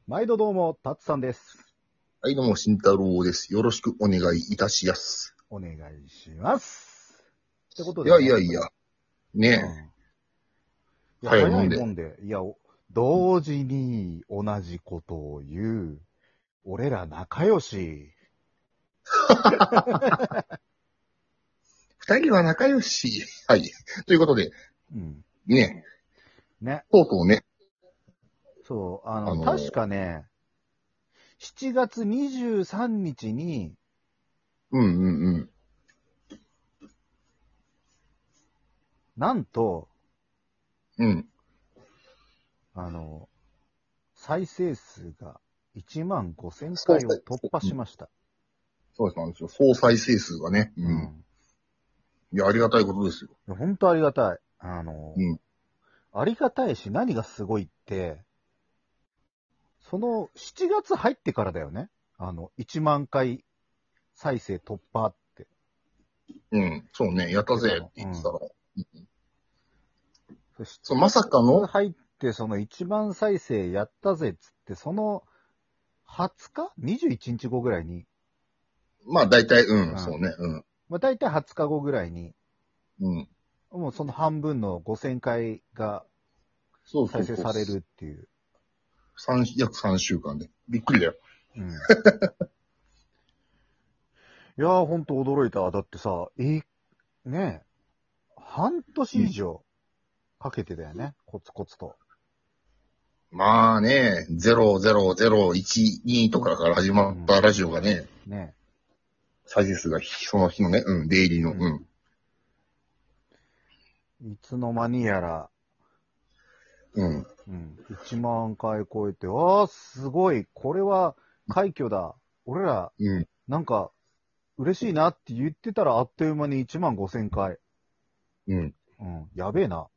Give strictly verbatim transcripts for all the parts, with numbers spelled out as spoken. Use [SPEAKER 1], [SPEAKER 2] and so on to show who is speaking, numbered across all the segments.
[SPEAKER 1] 毎度どうも、たつさんです。
[SPEAKER 2] はい、どうも、慎太郎です。よろしくお願いいたしやす。
[SPEAKER 1] お願いします。ってこと
[SPEAKER 2] いやい
[SPEAKER 1] でね。
[SPEAKER 2] やいや、ねえ、
[SPEAKER 1] うん。いや、早い
[SPEAKER 2] 早いもんで。
[SPEAKER 1] もんで、いや、お同時に同じことを言う、俺ら仲良し。
[SPEAKER 2] 二人は仲良し。はい。ということで、
[SPEAKER 1] うん。
[SPEAKER 2] ね
[SPEAKER 1] ね。
[SPEAKER 2] え、とうとうね、
[SPEAKER 1] そう、あの、
[SPEAKER 2] あの
[SPEAKER 1] 確かね、しちがつにじゅうさんにちに、
[SPEAKER 2] うんうんうん。
[SPEAKER 1] なんと、
[SPEAKER 2] うん。
[SPEAKER 1] あの、再生数がいちまんごせんかいを
[SPEAKER 2] 総再、
[SPEAKER 1] 突破
[SPEAKER 2] うん、
[SPEAKER 1] しました。
[SPEAKER 2] そうなんですよ。総再生数がね。うん。
[SPEAKER 1] うん。
[SPEAKER 2] いや、ありがたいことですよ。
[SPEAKER 1] いや本当ありがたい。あの、
[SPEAKER 2] うん。
[SPEAKER 1] ありがたいし、何がすごいって、そのしちがつ入ってからだよね。あの、いちまんかい再生突破って
[SPEAKER 2] うん。そうね、
[SPEAKER 1] 言っ
[SPEAKER 2] やったぜって
[SPEAKER 1] てたの。うん。
[SPEAKER 2] 言ってたら。
[SPEAKER 1] そ
[SPEAKER 2] そう、
[SPEAKER 1] 7
[SPEAKER 2] まさかの、
[SPEAKER 1] 月入って、そのいちまん再生やったぜっつって、そのはつか ?にじゅういち 日後ぐらいに、
[SPEAKER 2] まあ大体、う
[SPEAKER 1] うん。
[SPEAKER 2] ん、そうね、うん。
[SPEAKER 1] まあ、大体はつかごぐらいに、
[SPEAKER 2] うん。
[SPEAKER 1] もうその半分のごせんかいが
[SPEAKER 2] そうそうそう。
[SPEAKER 1] 再生されるっていう。
[SPEAKER 2] 三、約さんしゅうかんで。びっくりだよ。
[SPEAKER 1] うん。いやー、ほんと驚いた。だってさ、え、ねえ、半年以上かけてだよね。コツコツと。
[SPEAKER 2] まあね、ゼロゼロゼロいちにとかから始まったラジオがね、
[SPEAKER 1] ね
[SPEAKER 2] 再生数がその日のね、うん、デイリーの、
[SPEAKER 1] え。う
[SPEAKER 2] うん。
[SPEAKER 1] ん。いつの間にやら、
[SPEAKER 2] うん。
[SPEAKER 1] うん。いちまんかい超えて、ああ、すごい。これは快挙だ。俺ら、
[SPEAKER 2] うん。
[SPEAKER 1] なんか、嬉しいなって言ってたらあっという間にいちまんごせんかい。
[SPEAKER 2] うん。
[SPEAKER 1] うん。やべえな。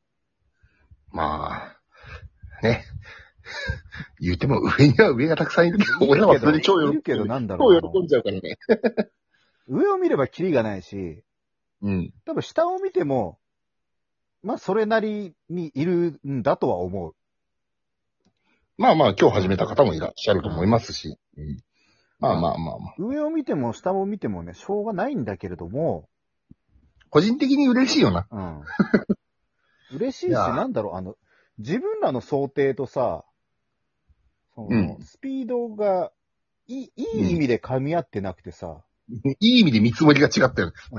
[SPEAKER 2] まあ、ね。言っても上には上がたくさんいるけど、
[SPEAKER 1] いるけど、
[SPEAKER 2] 俺らはそれで超
[SPEAKER 1] いるけど
[SPEAKER 2] 喜んで、
[SPEAKER 1] なんだろう、あの、
[SPEAKER 2] 超喜んじゃうからね。
[SPEAKER 1] 上を見ればキリがないし、
[SPEAKER 2] うん。
[SPEAKER 1] 多分下を見ても、まあ、それなりにいるんだとは思う。
[SPEAKER 2] まあまあ、今日
[SPEAKER 1] うん。
[SPEAKER 2] 始めた方もいらっしゃると思い
[SPEAKER 1] うん。
[SPEAKER 2] ますし。うん。まあ
[SPEAKER 1] まあ、
[SPEAKER 2] まあまあまあ。
[SPEAKER 1] 上を見ても下を見てもね、しょうがないんだけれども、
[SPEAKER 2] 個人的に嬉しいよな。
[SPEAKER 1] うん。嬉しいし、な
[SPEAKER 2] いや、
[SPEAKER 1] んだろう、あの、自分らの想定とさ、その、
[SPEAKER 2] うん。
[SPEAKER 1] スピードが、いい、い
[SPEAKER 2] うん。
[SPEAKER 1] い意味で噛み合ってなくてさ、
[SPEAKER 2] いい意味で見積もりが違ったよね。
[SPEAKER 1] うん。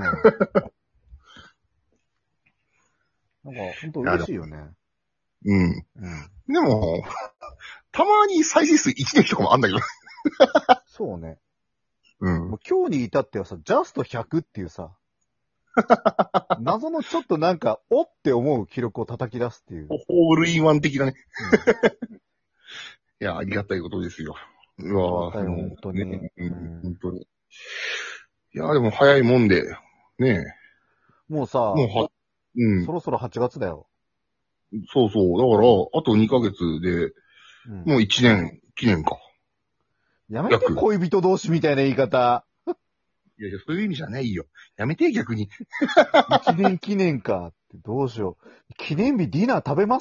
[SPEAKER 1] なんか、ほんと
[SPEAKER 2] いや、でも、
[SPEAKER 1] 嬉しいよね。
[SPEAKER 2] うん。
[SPEAKER 1] うん。
[SPEAKER 2] でも、たまに再生数いちねんとかもあんだけど。
[SPEAKER 1] そうね。
[SPEAKER 2] うん。
[SPEAKER 1] もう今日に至ってはさ、ジャストひゃくっていうさ、謎のちょっとなんか、おって思う記録を叩き出すっていう。
[SPEAKER 2] ホールインワン的なね。
[SPEAKER 1] うん。
[SPEAKER 2] いや、ありがたいことですよ。うわぁ、
[SPEAKER 1] ありがたい、
[SPEAKER 2] も
[SPEAKER 1] 本当
[SPEAKER 2] う、ね、
[SPEAKER 1] に。
[SPEAKER 2] うん、
[SPEAKER 1] うん。
[SPEAKER 2] 本当に。いや、でも早いもんで、ね
[SPEAKER 1] もうさ、
[SPEAKER 2] もうは、うん、
[SPEAKER 1] そろそろはちがつだよ。
[SPEAKER 2] そうそう。だから、あとにかげつで、
[SPEAKER 1] うん。
[SPEAKER 2] もういちねん記念か。
[SPEAKER 1] やめて、
[SPEAKER 2] 約。
[SPEAKER 1] 恋人同士みたいな言い方。
[SPEAKER 2] いやいや、そういう意味じゃないよ。やめて、逆に。
[SPEAKER 1] 一年記念かってどうしよう。記念日ディナー食べます？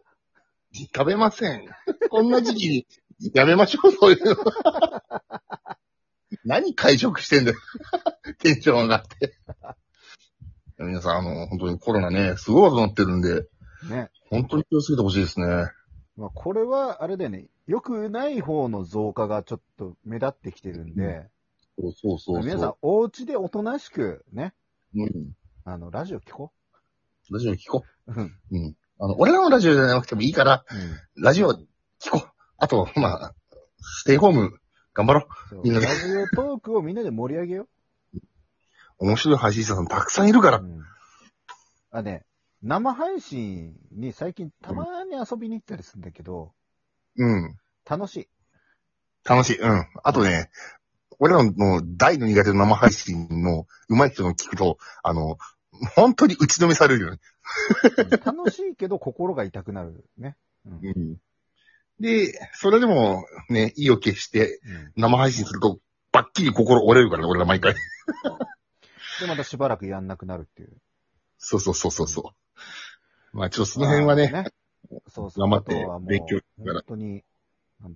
[SPEAKER 2] 食べません。こんな時期に、やめましょう、そういうの。何会食してんだよ。テンション上がって。皆さん、あの、本当にコロナね、すごいことになってるんで、
[SPEAKER 1] ね。
[SPEAKER 2] 本当に気をつけてほしいですね。
[SPEAKER 1] まあ、これは、あれだよね。良くない方の増加がちょっと目立ってきてるん
[SPEAKER 2] うん。
[SPEAKER 1] で、
[SPEAKER 2] そうそうそう
[SPEAKER 1] 皆さん、
[SPEAKER 2] そ
[SPEAKER 1] お家でおとなしく、ね、
[SPEAKER 2] う。うん。
[SPEAKER 1] あの、ラジオ聞こ
[SPEAKER 2] ラジオ聞こ
[SPEAKER 1] う。うん。
[SPEAKER 2] う。うん。あの、俺らのラジオじゃなくてもいいから、
[SPEAKER 1] うん。
[SPEAKER 2] ラジオ聞こう。あと、まあ、ステイホーム、頑張ろう。みん
[SPEAKER 1] そう。
[SPEAKER 2] なで。
[SPEAKER 1] ラジオトークをみんなで盛り上げよ
[SPEAKER 2] 面白い配信者さんたくさんいるか
[SPEAKER 1] う。う
[SPEAKER 2] ら。
[SPEAKER 1] ん。あ、ね、生配信に最近たまに遊びに行ったりするんだけど、
[SPEAKER 2] うん。
[SPEAKER 1] 楽しい。
[SPEAKER 2] 楽しい。うん。あとね、俺らの大の苦手な生配信の上手い人の聞くと、あの、本当に打ちのめされるよね。
[SPEAKER 1] うん楽しいけど心が痛くなるね。うん。
[SPEAKER 2] うん。で、それでもね、意を決して
[SPEAKER 1] うん。
[SPEAKER 2] 生配信すると、バッキリ心折れるからね、俺ら毎回。
[SPEAKER 1] で、またしばらくやんなくなるっていう。
[SPEAKER 2] そうそうそうそうそう。まあちょっとその辺はね、
[SPEAKER 1] まあね。そうそう。あと
[SPEAKER 2] 頑張って
[SPEAKER 1] はもう、
[SPEAKER 2] 勉強しなが
[SPEAKER 1] 本
[SPEAKER 2] ら。
[SPEAKER 1] 当に、なんだろう。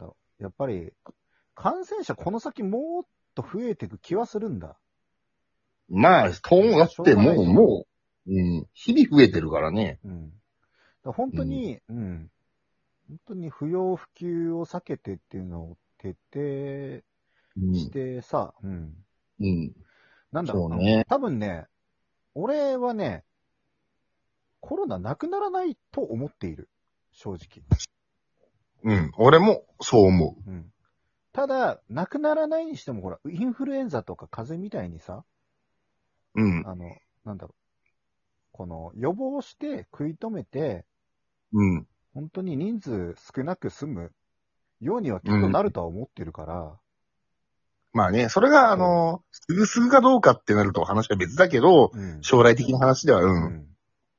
[SPEAKER 1] やっぱり、感染者この先もっと増えていく気はするんだ。
[SPEAKER 2] まあ、ともだってもう、
[SPEAKER 1] しょうがないじゃん
[SPEAKER 2] もう、うん、日々増えてるからね。
[SPEAKER 1] うん。だから本当に、うん、本当に不要不急を避けてっていうのを徹底
[SPEAKER 2] うん。
[SPEAKER 1] してさ、うん。
[SPEAKER 2] うん。
[SPEAKER 1] なんだろう、
[SPEAKER 2] そうね
[SPEAKER 1] うん多分ね、俺はね、コロナなくならないと思っている。正直。
[SPEAKER 2] うん。俺もそう思
[SPEAKER 1] うん。ただ、なくならないにしても、ほら、インフルエンザとか風邪みたいにさ、
[SPEAKER 2] う。うん。
[SPEAKER 1] あの、なんだろう、この予防して食い止めて、
[SPEAKER 2] うん。
[SPEAKER 1] 本当に人数少なく済むようにはきっとなるとは思ってるから、
[SPEAKER 2] まあね、それが、あの、すぐすぐかどうかってなると話は別だけど、
[SPEAKER 1] うん。
[SPEAKER 2] 将来的な話では、う。
[SPEAKER 1] うんん。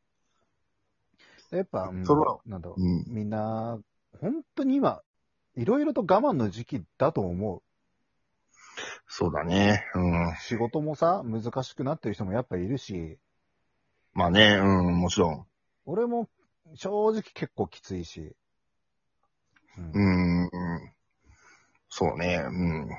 [SPEAKER 1] やっぱ、うん
[SPEAKER 2] それは、
[SPEAKER 1] なんだろう、
[SPEAKER 2] うん。
[SPEAKER 1] みんな、本当に今、いろいろと我慢の時期だと思う。
[SPEAKER 2] そうだね。うん。
[SPEAKER 1] 仕事もさ、難しくなってる人もやっぱいるし、
[SPEAKER 2] まあね、うん、もちろん。
[SPEAKER 1] 俺も正直結構きついし。う。
[SPEAKER 2] うんん、うん。そうね、うん。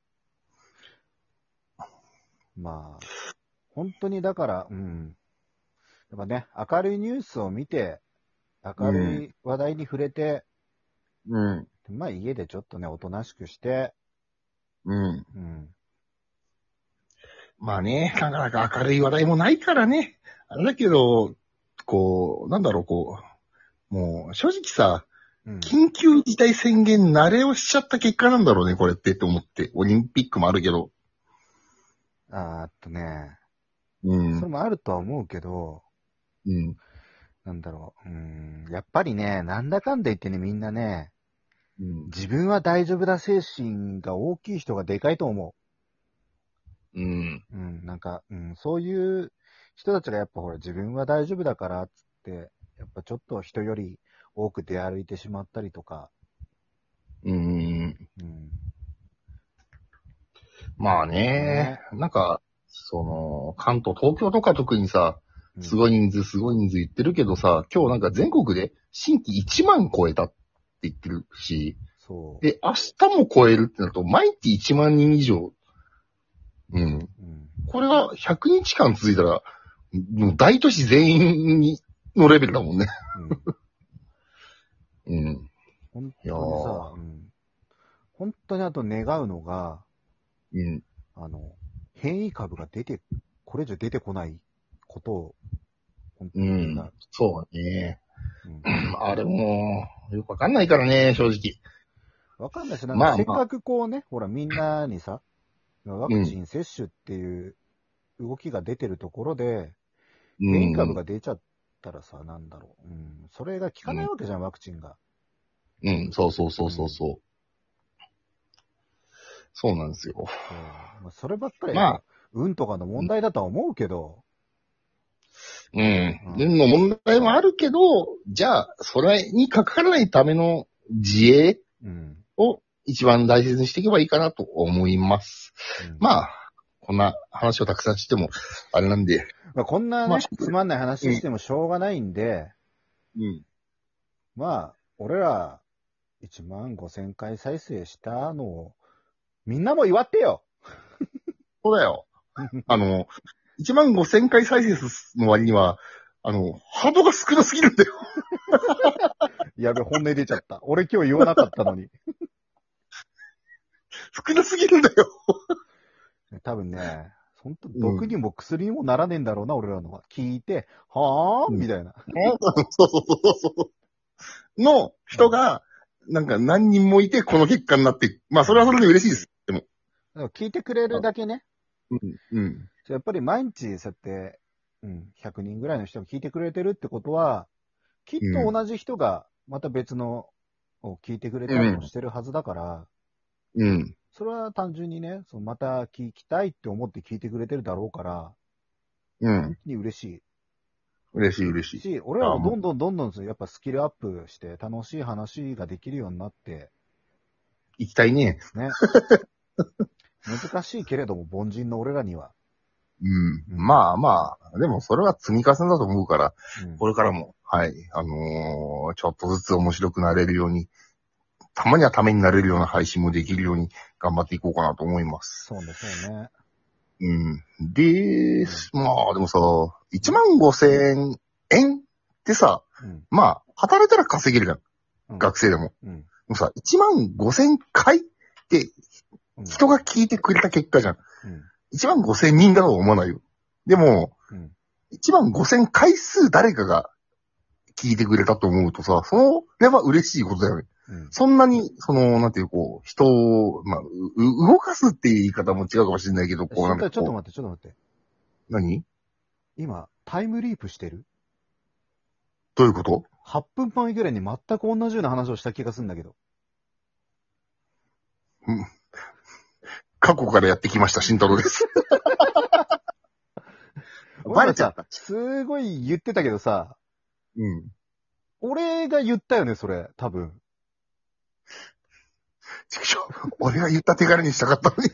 [SPEAKER 1] まあ、本当にだから、うん。やっぱね、明るいニュースを見て、明るい話題に触れて、
[SPEAKER 2] うん。
[SPEAKER 1] まあ家でちょっとね、おとなしくして、
[SPEAKER 2] うん。
[SPEAKER 1] うん。
[SPEAKER 2] まあね、なかなか明るい話題もないからね。あれだけど、こう、なんだろう、こう、もう、正直さ、
[SPEAKER 1] うん。
[SPEAKER 2] 緊急事態宣言慣れをしちゃった結果なんだろうね、これってって思って。オリンピックもあるけど。
[SPEAKER 1] あーっとね、
[SPEAKER 2] うん。
[SPEAKER 1] それもあるとは思うけど、
[SPEAKER 2] うん。
[SPEAKER 1] なんだろう、うん。やっぱりね、なんだかんだ言ってね、みんなね、
[SPEAKER 2] うん。
[SPEAKER 1] 自分は大丈夫だ精神が大きい人がでかいと思
[SPEAKER 2] うん。
[SPEAKER 1] う。うん。なんか、うん、そういう人たちがやっぱほら、自分は大丈夫だからっつって、やっぱちょっと人より多く出歩いてしまったりとか、
[SPEAKER 2] うん。
[SPEAKER 1] うん。
[SPEAKER 2] まあね、なんか、その、関東、東京とか特にさ、
[SPEAKER 1] うん
[SPEAKER 2] すごい人数、すごい人数言ってるけどさ、今日なんか全国で新規いちまん超えたって言ってるし、
[SPEAKER 1] そう。
[SPEAKER 2] で、明日も超えるってなると、毎日いちまん人以上。うん。
[SPEAKER 1] うん。
[SPEAKER 2] これがひゃくにちかん続いたら、もう大都市全員にのレベルだもんね。
[SPEAKER 1] うん。
[SPEAKER 2] うん。
[SPEAKER 1] 本当にさ、うん。本当にあと願うのが、
[SPEAKER 2] うん。
[SPEAKER 1] あの、変異株が出て、これ以上出てこないことを、本当
[SPEAKER 2] う
[SPEAKER 1] に願
[SPEAKER 2] ん。そうね。
[SPEAKER 1] う。うん。
[SPEAKER 2] あれも、よくわかんないからね、正直。
[SPEAKER 1] わかんないし、なん
[SPEAKER 2] まあまあ
[SPEAKER 1] かせっかくこうね、ほらみんなにさ、ワクチン接種っていう動きが出てるところで、
[SPEAKER 2] うん。
[SPEAKER 1] 変異株が出ちゃったらさ、なんだろう。うん。それが効かないわけじゃん、ワクチンが。
[SPEAKER 2] うん、そうそうそうそうそう。そうなんですよ。
[SPEAKER 1] そう。まあ、そればっかり、
[SPEAKER 2] まあ、
[SPEAKER 1] 運とかの問題だとは思うけど、
[SPEAKER 2] うん
[SPEAKER 1] うん。
[SPEAKER 2] でも問題もあるけど、じゃあ、それにかからないための自衛
[SPEAKER 1] うん。
[SPEAKER 2] を一番大切にしていけばいいかなと思います。
[SPEAKER 1] うん、
[SPEAKER 2] まあ、こんな話をたくさんしても、あれなんで。
[SPEAKER 1] まあ、こんなね、
[SPEAKER 2] まあ
[SPEAKER 1] つまんない話してもしょうがないんで、
[SPEAKER 2] うん。
[SPEAKER 1] まあ、俺ら、いちまんごせんかい再生したのを、みんなも祝ってよ
[SPEAKER 2] そうだよ。あの、いちまんごせんかい再生の割には、あの、ハードが少なすぎるんだよ。
[SPEAKER 1] やべ、本音出ちゃった。俺今日言わなかったのに。
[SPEAKER 2] 少なすぎるんだよ。
[SPEAKER 1] 多分ね、ほんと毒にも薬にもならねえんだろうな、俺らのは。聞いて、はぁ、
[SPEAKER 2] うん
[SPEAKER 1] みたいな。
[SPEAKER 2] そうそうそうそう。の人が、なんか何人もいてこの結果になって、まあそれはそれで嬉しいです。でも。
[SPEAKER 1] だから聞いてくれるだけね。
[SPEAKER 2] うん。うん。
[SPEAKER 1] やっぱり毎日、そうやって、うん、ひゃくにんぐらいの人が聞いてくれてるってことは、きっと同じ人がまた別のを聞いてくれたりもしてるはずだから、
[SPEAKER 2] うん。
[SPEAKER 1] それは単純にね、そのまた聞きたいって思って聞いてくれてるだろうから、
[SPEAKER 2] うん
[SPEAKER 1] 本。当に嬉し
[SPEAKER 2] 嬉しい嬉しい。
[SPEAKER 1] いし、俺らもどんどんどんどんやっぱスキルアップして楽しい話ができるようになって、
[SPEAKER 2] 行きたいね。
[SPEAKER 1] ね。難しいけれども、凡人の俺らには。
[SPEAKER 2] うん。
[SPEAKER 1] うん
[SPEAKER 2] まあまあ、でもそれは積み重ねだと思うから、
[SPEAKER 1] うん
[SPEAKER 2] これからも、はい、あのーちょっとずつ面白くなれるように、 たまにはためになれるような配信もできるように頑張っていこうかなと思います。
[SPEAKER 1] そうね、そうね。
[SPEAKER 2] うん。で、まあでもさ、いちまんごせんえんってさ、
[SPEAKER 1] うん。
[SPEAKER 2] まあ、働いたら稼げるじゃん。
[SPEAKER 1] うん、
[SPEAKER 2] 学生でも。
[SPEAKER 1] うん。
[SPEAKER 2] でもさ、いちまんごせんかいって
[SPEAKER 1] うん。
[SPEAKER 2] 人が聞いてくれた結果じゃん。
[SPEAKER 1] うん。
[SPEAKER 2] いちまんごせんにんだとは思わないよ。でも、
[SPEAKER 1] うん。
[SPEAKER 2] いちまんごせんかい数誰かが聞いてくれたと思うとさ、それは嬉しいことだよね。
[SPEAKER 1] うん。
[SPEAKER 2] そんなに、その、なんていう、こう、人を、まあ、う動かすっていう言い方も違うかもしれないけど、こう、なんかこう、
[SPEAKER 1] ちょっと待って、ちょっと待って。
[SPEAKER 2] 何
[SPEAKER 1] 今、タイムリープしてる？
[SPEAKER 2] どういうこと？
[SPEAKER 1] はっ 分前ぐらいに全く同じような話をした気がするんだけど。
[SPEAKER 2] うん。過去からやってきました、慎太郎です。バレちゃった。
[SPEAKER 1] すごい言ってたけどさ、
[SPEAKER 2] うん。
[SPEAKER 1] 俺が言ったよね、それ、多分。
[SPEAKER 2] ちくしょう、俺が言った手柄にしたかったのに。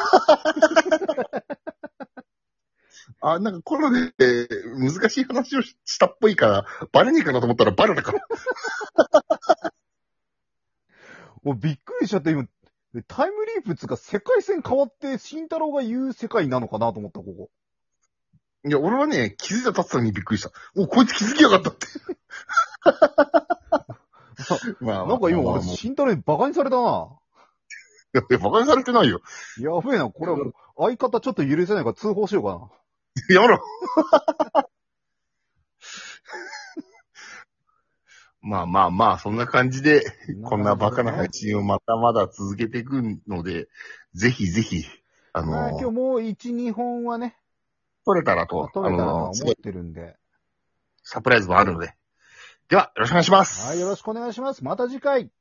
[SPEAKER 2] あ、なんかコロナで難しい話をしたっぽいから、バレねえかなと思ったらバレたから。
[SPEAKER 1] もうびっくりしちゃって、今、タイムリープっつうか世界線変わって、慎太郎が言う世界なのかなと思った、ここ。
[SPEAKER 2] いや、俺はね、気づいたたつのにびっくりした。お、こいつ気づきやがったって。まあ、
[SPEAKER 1] なんか今俺、
[SPEAKER 2] まあまあ
[SPEAKER 1] 慎太郎にバカにされたな。
[SPEAKER 2] いや、バカにされてないよ。
[SPEAKER 1] やべえな、これはもう、相方ちょっと許せないから通報しようかな。
[SPEAKER 2] やめろ。まあまあまあ、そんな感じで、こんなバカな配信をまたまだ続けていくので、ぜひぜひ、あのー、
[SPEAKER 1] まあ今日もういち、にほんはね、
[SPEAKER 2] 取れたらと、
[SPEAKER 1] 取れたらとは
[SPEAKER 2] あのー、す
[SPEAKER 1] 思
[SPEAKER 2] ごい
[SPEAKER 1] ってるんで。
[SPEAKER 2] サプライズもあるので。では、よろしくお願いします。
[SPEAKER 1] はい、よろしくお願いします。また次回。